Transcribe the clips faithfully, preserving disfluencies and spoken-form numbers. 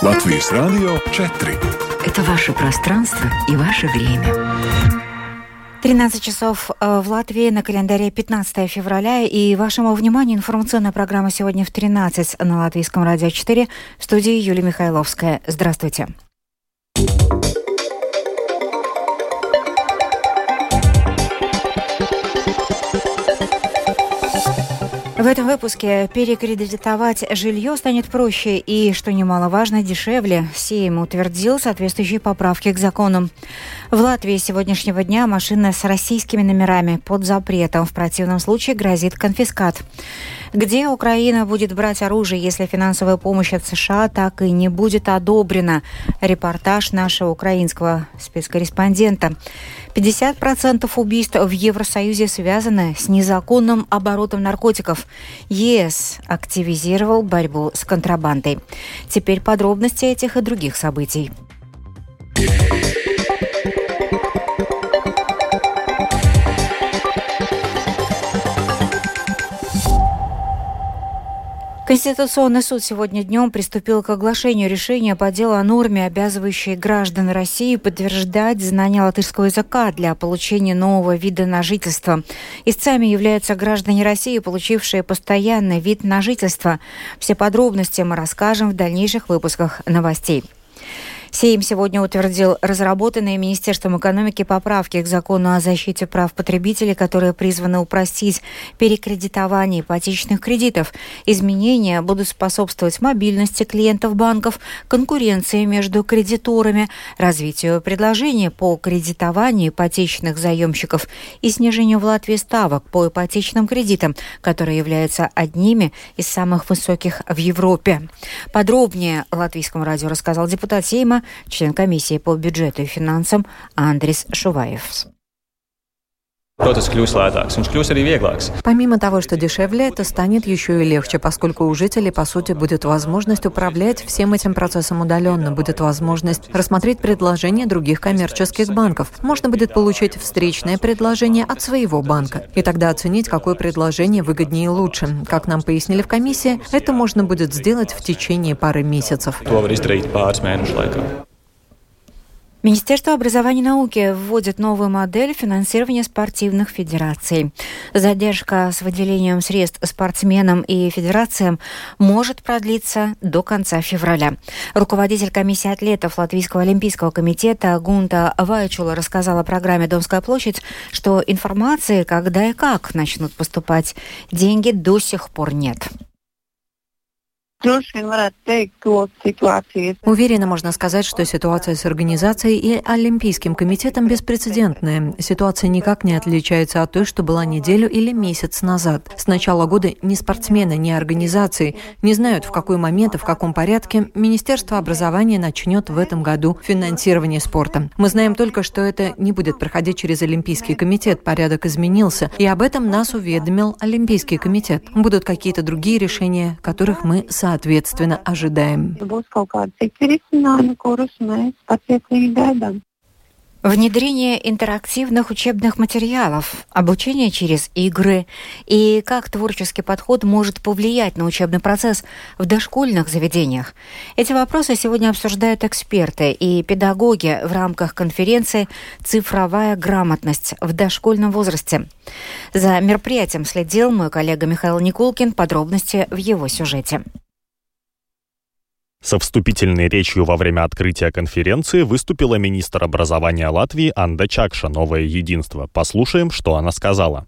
Латвийс радио четыре. Это ваше пространство и ваше время. тринадцать часов в Латвии, на календаре пятнадцатое февраля, и вашему вниманию информационная программа сегодня в тринадцать на Латвийском радио четыре. В студии Юлия Михайловская. Здравствуйте. В этом выпуске перекредитовать жилье станет проще и, что немаловажно, дешевле. Сейм утвердил соответствующие поправки к закону. В Латвии с сегодняшнего дня машина с российскими номерами под запретом. В противном случае грозит конфискат. Где Украина будет брать оружие, если финансовая помощь от США так и не будет одобрена? Репортаж нашего украинского спецкорреспондента. пятьдесят процентов убийств в Евросоюзе связаны с незаконным оборотом наркотиков. ЕС активизировал борьбу с контрабандой. Теперь подробности этих и других событий. Конституционный суд сегодня днем приступил к оглашению решения по делу о норме, обязывающей граждан России подтверждать знание латышского языка для получения нового вида на жительство. Истцами являются граждане России, получившие постоянный вид на жительство. Все подробности мы расскажем в дальнейших выпусках новостей. Сейм сегодня утвердил разработанные Министерством экономики поправки к закону о защите прав потребителей, которые призваны упростить перекредитование ипотечных кредитов. Изменения будут способствовать мобильности клиентов банков, конкуренции между кредиторами, развитию предложений по кредитованию ипотечных заемщиков и снижению в Латвии ставок по ипотечным кредитам, которые являются одними из самых высоких в Европе. Подробнее Латвийскому радио рассказал депутат Сейма, член комиссии по бюджету и финансам Андрис Шуваев. Помимо того, что дешевле, это станет еще и легче, поскольку у жителей, по сути, будет возможность управлять всем этим процессом удаленно, будет возможность рассмотреть предложения других коммерческих банков. Можно будет получить встречное предложение от своего банка и тогда оценить, какое предложение выгоднее и лучше. Как нам пояснили в комиссии, это можно будет сделать в течение пары месяцев. Министерство образования и науки вводит новую модель финансирования спортивных федераций. Задержка с выделением средств спортсменам и федерациям может продлиться до конца февраля. Руководитель комиссии атлетов Латвийского олимпийского комитета Гунта Вайчула рассказала о программе «Домская площадь», что информации, когда и как начнут поступать деньги, до сих пор нет. Уверенно можно сказать, что ситуация с организацией и Олимпийским комитетом беспрецедентная. Ситуация никак не отличается от той, что была неделю или месяц назад. С начала года ни спортсмены, ни организации не знают, в какой момент и в каком порядке Министерство образования начнет в этом году финансирование спорта. Мы знаем только, что это не будет проходить через Олимпийский комитет. Порядок изменился, и об этом нас уведомил Олимпийский комитет. Будут какие-то другие решения, которых мы соответственно Соответственно, ожидаем. Внедрение интерактивных учебных материалов, обучение через игры и как творческий подход может повлиять на учебный процесс в дошкольных заведениях. Эти вопросы сегодня обсуждают эксперты и педагоги в рамках конференции «Цифровая грамотность в дошкольном возрасте». За мероприятием следил мой коллега Михаил Никулкин. Подробности в его сюжете. Со вступительной речью во время открытия конференции выступила министр образования Латвии Анда Чакша «Новое единство». Послушаем, что она сказала.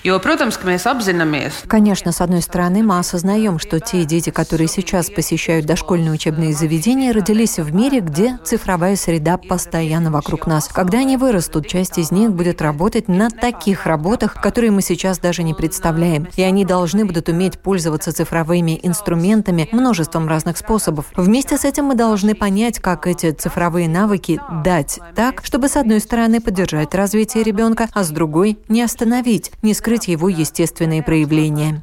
Конечно, с одной стороны, мы осознаем, что те дети, которые сейчас посещают дошкольные учебные заведения, родились в мире, где цифровая среда постоянно вокруг нас. Когда они вырастут, часть из них будет работать на таких работах, которые мы сейчас даже не представляем. И они должны будут уметь пользоваться цифровыми инструментами множеством разных способов. Вместе с этим мы должны понять, как эти цифровые навыки дать так, чтобы с одной стороны поддержать развитие ребенка, а с другой не остановить, не скрыть его естественные проявления.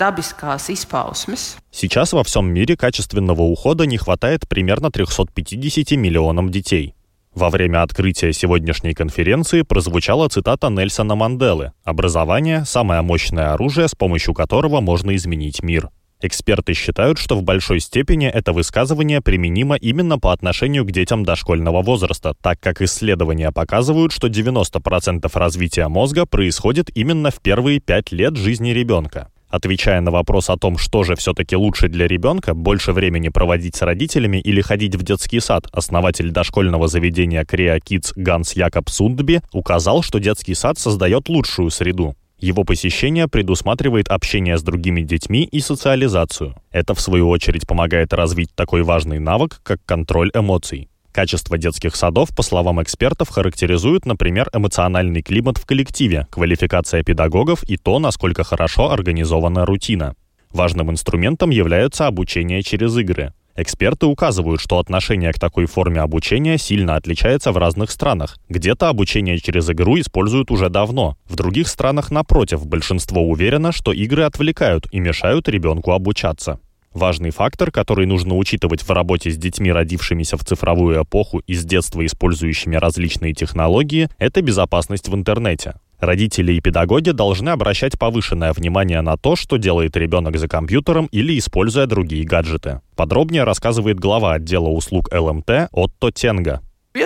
Сейчас во всем мире качественного ухода не хватает примерно триста пятьдесят миллионам детей. Во время открытия сегодняшней конференции прозвучала цитата Нельсона Манделы: «Образование – самое мощное оружие, с помощью которого можно изменить мир». Эксперты считают, что в большой степени это высказывание применимо именно по отношению к детям дошкольного возраста, так как исследования показывают, что девяносто процентов развития мозга происходит именно в первые пять лет жизни ребенка. Отвечая на вопрос о том, что же все-таки лучше для ребенка, больше времени проводить с родителями или ходить в детский сад, основатель дошкольного заведения Креа Kids Ганс Якоб Сундби указал, что детский сад создает лучшую среду. Его посещение предусматривает общение с другими детьми и социализацию. Это, в свою очередь, помогает развить такой важный навык, как контроль эмоций. Качество детских садов, по словам экспертов, характеризует, например, эмоциональный климат в коллективе, квалификация педагогов и то, насколько хорошо организована рутина. Важным инструментом является обучение через игры. Эксперты указывают, что отношение к такой форме обучения сильно отличается в разных странах. Где-то обучение через игру используют уже давно. В других странах, напротив, большинство уверено, что игры отвлекают и мешают ребенку обучаться. Важный фактор, который нужно учитывать в работе с детьми, родившимися в цифровую эпоху и с детства использующими различные технологии, это безопасность в интернете. Родители и педагоги должны обращать повышенное внимание на то, что делает ребенок за компьютером или используя другие гаджеты. Подробнее рассказывает глава отдела услуг эл эм тэ Отто Тенга.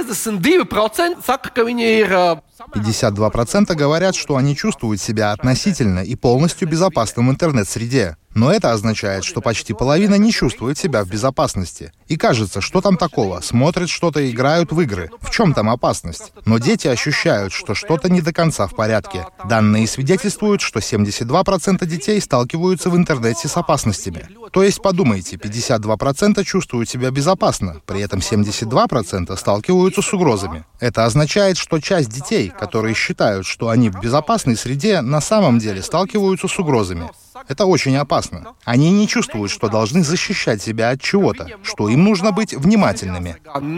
пятьдесят два процента говорят, что они чувствуют себя относительно и полностью безопасным в интернет-среде. Но это означает, что почти половина не чувствует себя в безопасности. И кажется, что там такого? Смотрят что-то и играют в игры. В чем там опасность? Но дети ощущают, что что-то не до конца в порядке. Данные свидетельствуют, что семьдесят два процента детей сталкиваются в интернете с опасностями. То есть подумайте, пятьдесят два процента чувствуют себя безопасно, при этом семьдесят два процента сталкиваются с угрозами. Это означает, что часть детей, которые считают, что они в безопасной среде, на самом деле сталкиваются с угрозами. Это очень опасно. Они не чувствуют, что должны защищать себя от чего-то, что им нужно быть внимательными.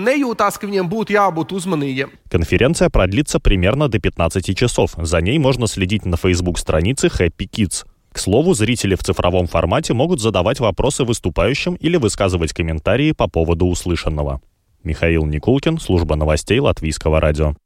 Конференция продлится примерно до пятнадцати часов. За ней можно следить на фейсбук-странице Happy Kids. К слову, зрители в цифровом формате могут задавать вопросы выступающим или высказывать комментарии по поводу услышанного. Михаил Никулкин, служба новостей Латвийского радио.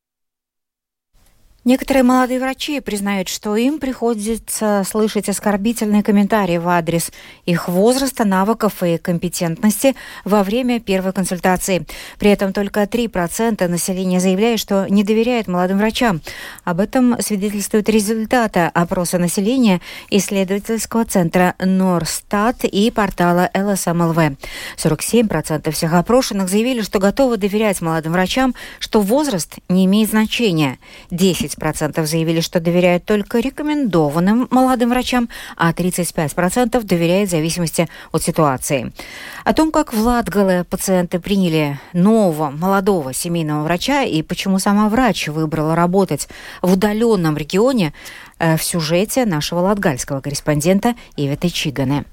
Некоторые молодые врачи признают, что им приходится слышать оскорбительные комментарии в адрес их возраста, навыков и компетентности во время первой консультации. При этом только три процента населения заявляют, что не доверяет молодым врачам. Об этом свидетельствуют результаты опроса населения исследовательского центра Норстат и портала эл эс эм эл вэ. сорок семь процентов всех опрошенных заявили, что готовы доверять молодым врачам, что возраст не имеет значения. десять процентов заявили, что доверяют только рекомендованным молодым врачам, а тридцать пять процентов доверяют в зависимости от ситуации. О том, как в Латгале пациенты приняли нового молодого семейного врача и почему сама врач выбрала работать в удаленном регионе, в сюжете нашего латгальского корреспондента Иветы Чигане.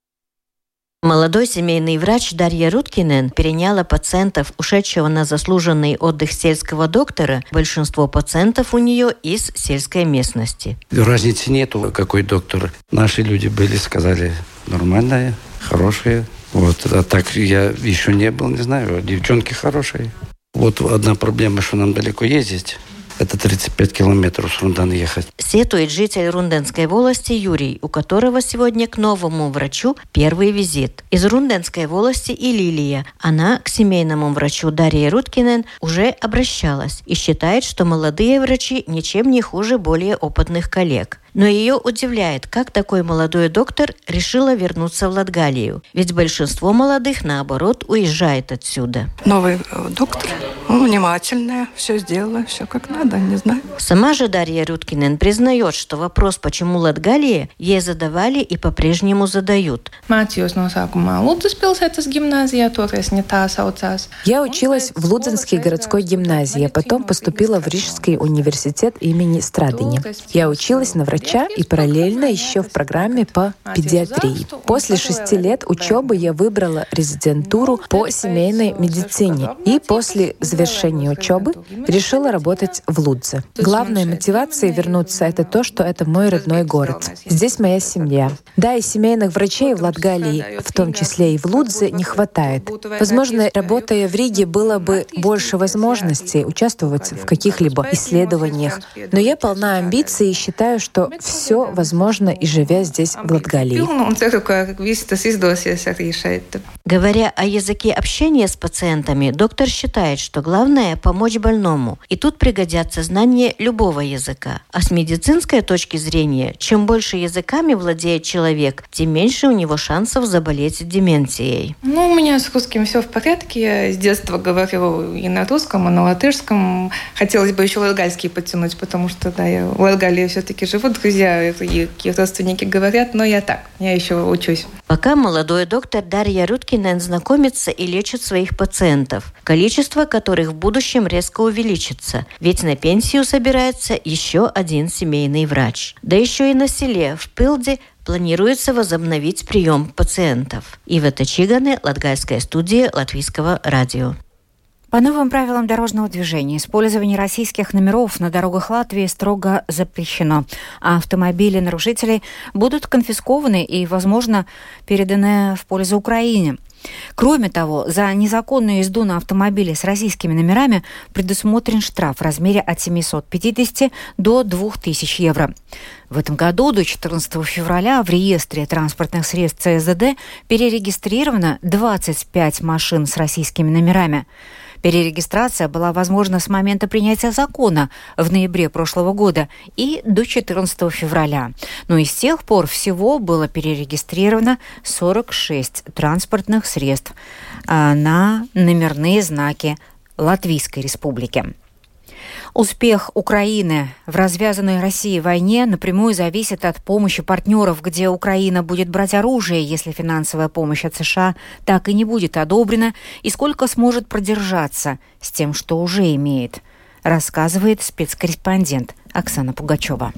Молодой семейный врач Дарья Руткинен переняла пациентов, ушедшего на заслуженный отдых сельского доктора. Большинство пациентов у нее из сельской местности. Разницы нету, какой доктор. Наши люди были, сказали, нормальные, хорошие. Вот. А так я еще не был, не знаю, девчонки хорошие. Вот одна проблема, что нам далеко ездить. Это тридцать пять километров с Рундана ехать. Сетует житель Рунденской волости Юрий, у которого сегодня к новому врачу первый визит. Из Рунденской волости и Лилия. Она к семейному врачу Дарье Руткинен уже обращалась и считает, что молодые врачи ничем не хуже более опытных коллег. Но ее удивляет, как такой молодой доктор решила вернуться в Латгалию. Ведь большинство молодых, наоборот, уезжает отсюда. Новый доктор, ну, внимательная, все сделала, все как надо, не знаю. Сама же Дарья Руткинен признает, что вопрос, почему Латгалия, ей задавали и по-прежнему задают. Я училась в Лудзенской городской гимназии, а потом поступила в Рижский университет имени Страдыни. Я училась на врача и параллельно еще в программе по педиатрии. После шести лет учебы я выбрала резидентуру по семейной медицине и после завершения учебы решила работать в Лудзе. Главная мотивация вернуться — это то, что это мой родной город. Здесь моя семья. Да, и семейных врачей в Латгалии, в том числе и в Лудзе, не хватает. Возможно, работая в Риге, было бы больше возможностей участвовать в каких-либо исследованиях. Но я полна амбиций и считаю, что что все возможно и живя здесь, в Латгалии. Говоря о языке общения с пациентами, доктор считает, что главное – помочь больному. И тут пригодятся знания любого языка. А с медицинской точки зрения, чем больше языками владеет человек, тем меньше у него шансов заболеть деменцией. Ну, у меня с русским все в порядке. Я с детства говорю и на русском, и на латышском. Хотелось бы еще латгальский подтянуть, потому что, да, я в Латгалии все-таки живу, друзья и, и родственники говорят, но я так, я еще учусь. Пока молодой доктор Дарья Рудкинен знакомится и лечит своих пациентов, количество которых в будущем резко увеличится, ведь на пенсию собирается еще один семейный врач. Да еще и на селе, в Пилде, планируется возобновить прием пациентов. Ива Тачигане, Латгальская студия Латвийского радио. По новым правилам дорожного движения использование российских номеров на дорогах Латвии строго запрещено, а автомобили нарушителей будут конфискованы и, возможно, переданы в пользу Украине. Кроме того, за незаконную езду на автомобиле с российскими номерами предусмотрен штраф в размере от семьсот пятьдесят до двух тысяч евро. В этом году до четырнадцатого февраля в реестре транспортных средств ЦСДД перерегистрировано двадцать пять машин с российскими номерами. Перерегистрация была возможна с момента принятия закона в ноябре прошлого года и до четырнадцатого февраля. Но и с тех пор всего было перерегистрировано сорок шесть транспортных средств на номерные знаки Латвийской Республики. Успех Украины в развязанной Россией войне напрямую зависит от помощи партнеров, где Украина будет брать оружие, если финансовая помощь от США так и не будет одобрена, и сколько сможет продержаться с тем, что уже имеет, рассказывает спецкорреспондент Оксана Пугачева.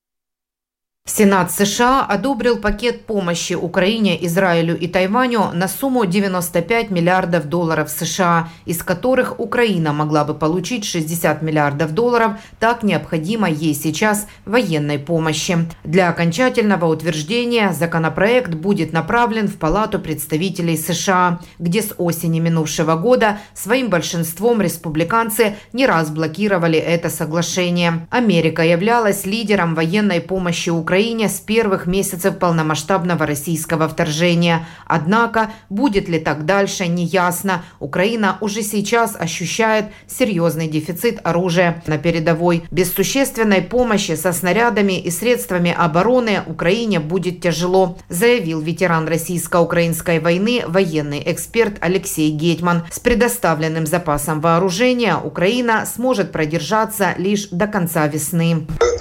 Сенат США одобрил пакет помощи Украине, Израилю и Тайваню на сумму девяносто пять миллиардов долларов США, из которых Украина могла бы получить шестьдесят миллиардов долларов, так необходимой ей сейчас военной помощи. Для окончательного утверждения законопроект будет направлен в Палату представителей США, где с осени минувшего года своим большинством республиканцы не раз блокировали это соглашение. Америка являлась лидером военной помощи Украине с первых месяцев полномасштабного российского вторжения. Однако, будет ли так дальше, неясно. Украина уже сейчас ощущает серьезный дефицит оружия на передовой. Без существенной помощи со снарядами и средствами обороны Украине будет тяжело, заявил ветеран российско-украинской войны, военный эксперт Алексей Гетман. С предоставленным запасом вооружения Украина сможет продержаться лишь до конца весны.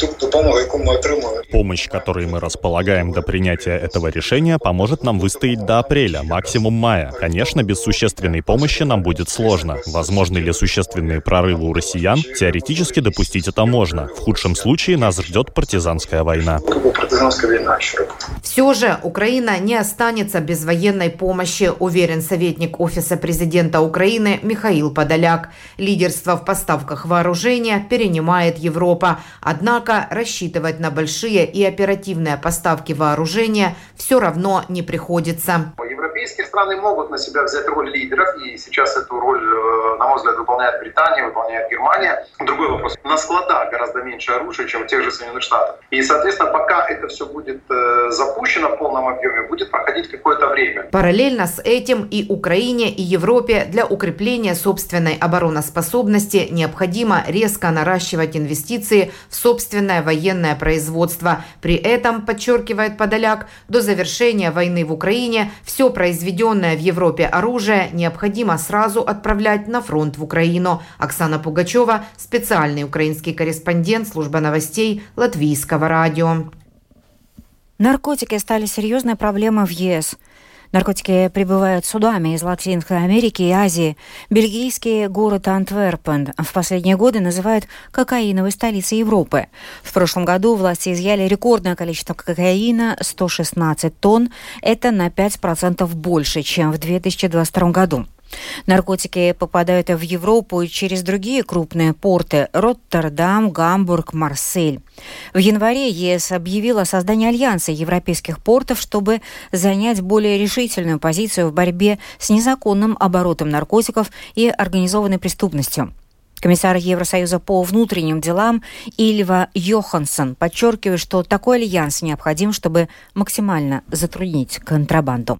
Помощь, которой мы располагаем до принятия этого решения, поможет нам выстоять до апреля, максимум мая. Конечно, без существенной помощи нам будет сложно. Возможны ли существенные прорывы у россиян? Теоретически допустить это можно. В худшем случае нас ждет партизанская война. Все же Украина не останется без военной помощи, уверен советник Офиса президента Украины Михаил Подоляк. Лидерство в поставках вооружения перенимает Европа. Однако рассчитывать на большие и оперативные поставки вооружения все равно не приходится. Европейские страны могут на себя взять роль лидеров, и сейчас эту роль, на мой взгляд, выполняет Британия, выполняет Германия. Другой вопрос. На складах гораздо меньше оружия, чем в тех же Соединенных Штатах. И, соответственно, пока это все будет запущено в полном объеме, будет проходить какое-то время. Параллельно с этим и Украине, и Европе для укрепления собственной обороноспособности необходимо резко наращивать инвестиции в собственное военное производство. При этом, подчеркивает Подоляк, до завершения войны в Украине все произведенное в Европе оружие необходимо сразу отправлять на фронт в Украину. Оксана Пугачева, специальный украинский корреспондент, служба новостей Латвийского радио. Наркотики стали серьезной проблемой в ЕС. Наркотики прибывают судами из Латинской Америки и Азии. Бельгийский город Антверпен в последние годы называют кокаиновой столицей Европы. В прошлом году власти изъяли рекордное количество кокаина – сто шестнадцать тонн. Это на пять процентов больше, чем в две тысячи двадцать втором году. Наркотики попадают в Европу и через другие крупные порты – Роттердам, Гамбург, Марсель. В январе ЕС объявила о создании альянса европейских портов, чтобы занять более решительную позицию в борьбе с незаконным оборотом наркотиков и организованной преступностью. Комиссар Евросоюза по внутренним делам Ильва Йоханссон подчеркивает, что такой альянс необходим, чтобы максимально затруднить контрабанду.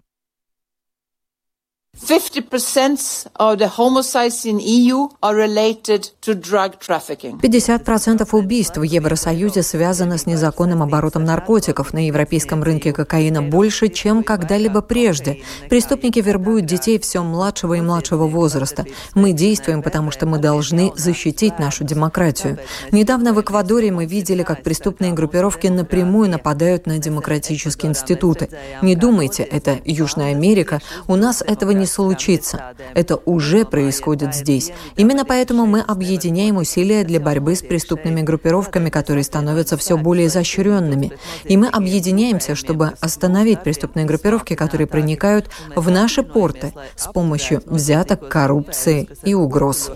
пятьдесят процентов убийств в Евросоюзе связано с незаконным оборотом наркотиков. На европейском рынке кокаина больше, чем когда-либо прежде. Преступники вербуют детей все младшего и младшего возраста. Мы действуем, потому что мы должны защитить нашу демократию. Недавно в Эквадоре мы видели, как преступные группировки напрямую нападают на демократические институты. Не думайте, это Южная Америка. У нас этого не случится. Это уже происходит здесь. Именно поэтому мы объединяем усилия для борьбы с преступными группировками, которые становятся все более изощренными. И мы объединяемся, чтобы остановить преступные группировки, которые проникают в наши порты с помощью взяток, коррупции и угроз.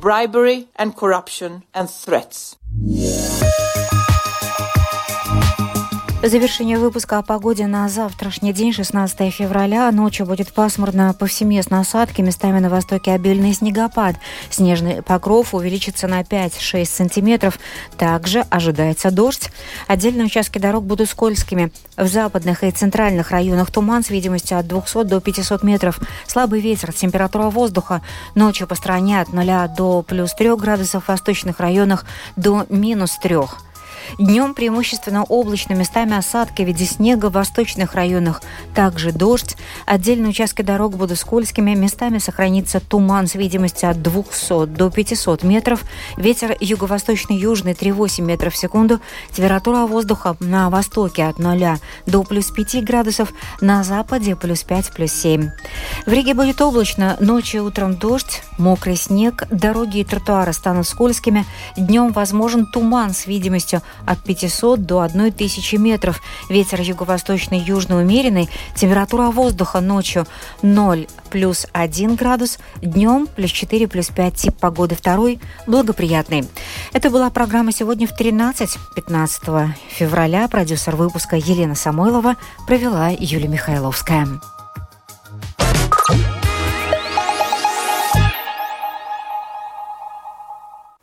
Завершение выпуска о погоде на завтрашний день, шестнадцатое февраля. Ночью будет пасмурно, повсеместно осадки, местами на востоке обильный снегопад. Снежный покров увеличится на пять-шесть сантиметров. Также ожидается дождь. Отдельные участки дорог будут скользкими. В западных и центральных районах туман с видимостью от двухсот до пятисот метров. Слабый ветер, температура воздуха ночью по стране от нуля до плюс трех градусов, в восточных районах до минус трех. Днем преимущественно облачно, местами осадки в виде снега в восточных районах. Также дождь. Отдельные участки дорог будут скользкими. Местами сохранится туман с видимостью от двухсот до пятисот метров. Ветер юго-восточный, южный три-восемь метров в секунду. Температура воздуха на востоке от нуля до плюс пяти градусов. На западе плюс пять, плюс семь. В Риге будет облачно. Ночью и утром дождь, мокрый снег. Дороги и тротуары станут скользкими. Днем возможен туман с видимостью от пятисот до тысячи метров. Ветер юго-восточный, южный умеренный. Температура воздуха ночью ноль плюс один градус. Днем плюс четыре, плюс пять. Тип погоды второй благоприятный. Это была программа «Сегодня в тринадцать». пятнадцатого февраля. Продюсер выпуска Елена Самойлова. Провела Юлия Михайловская.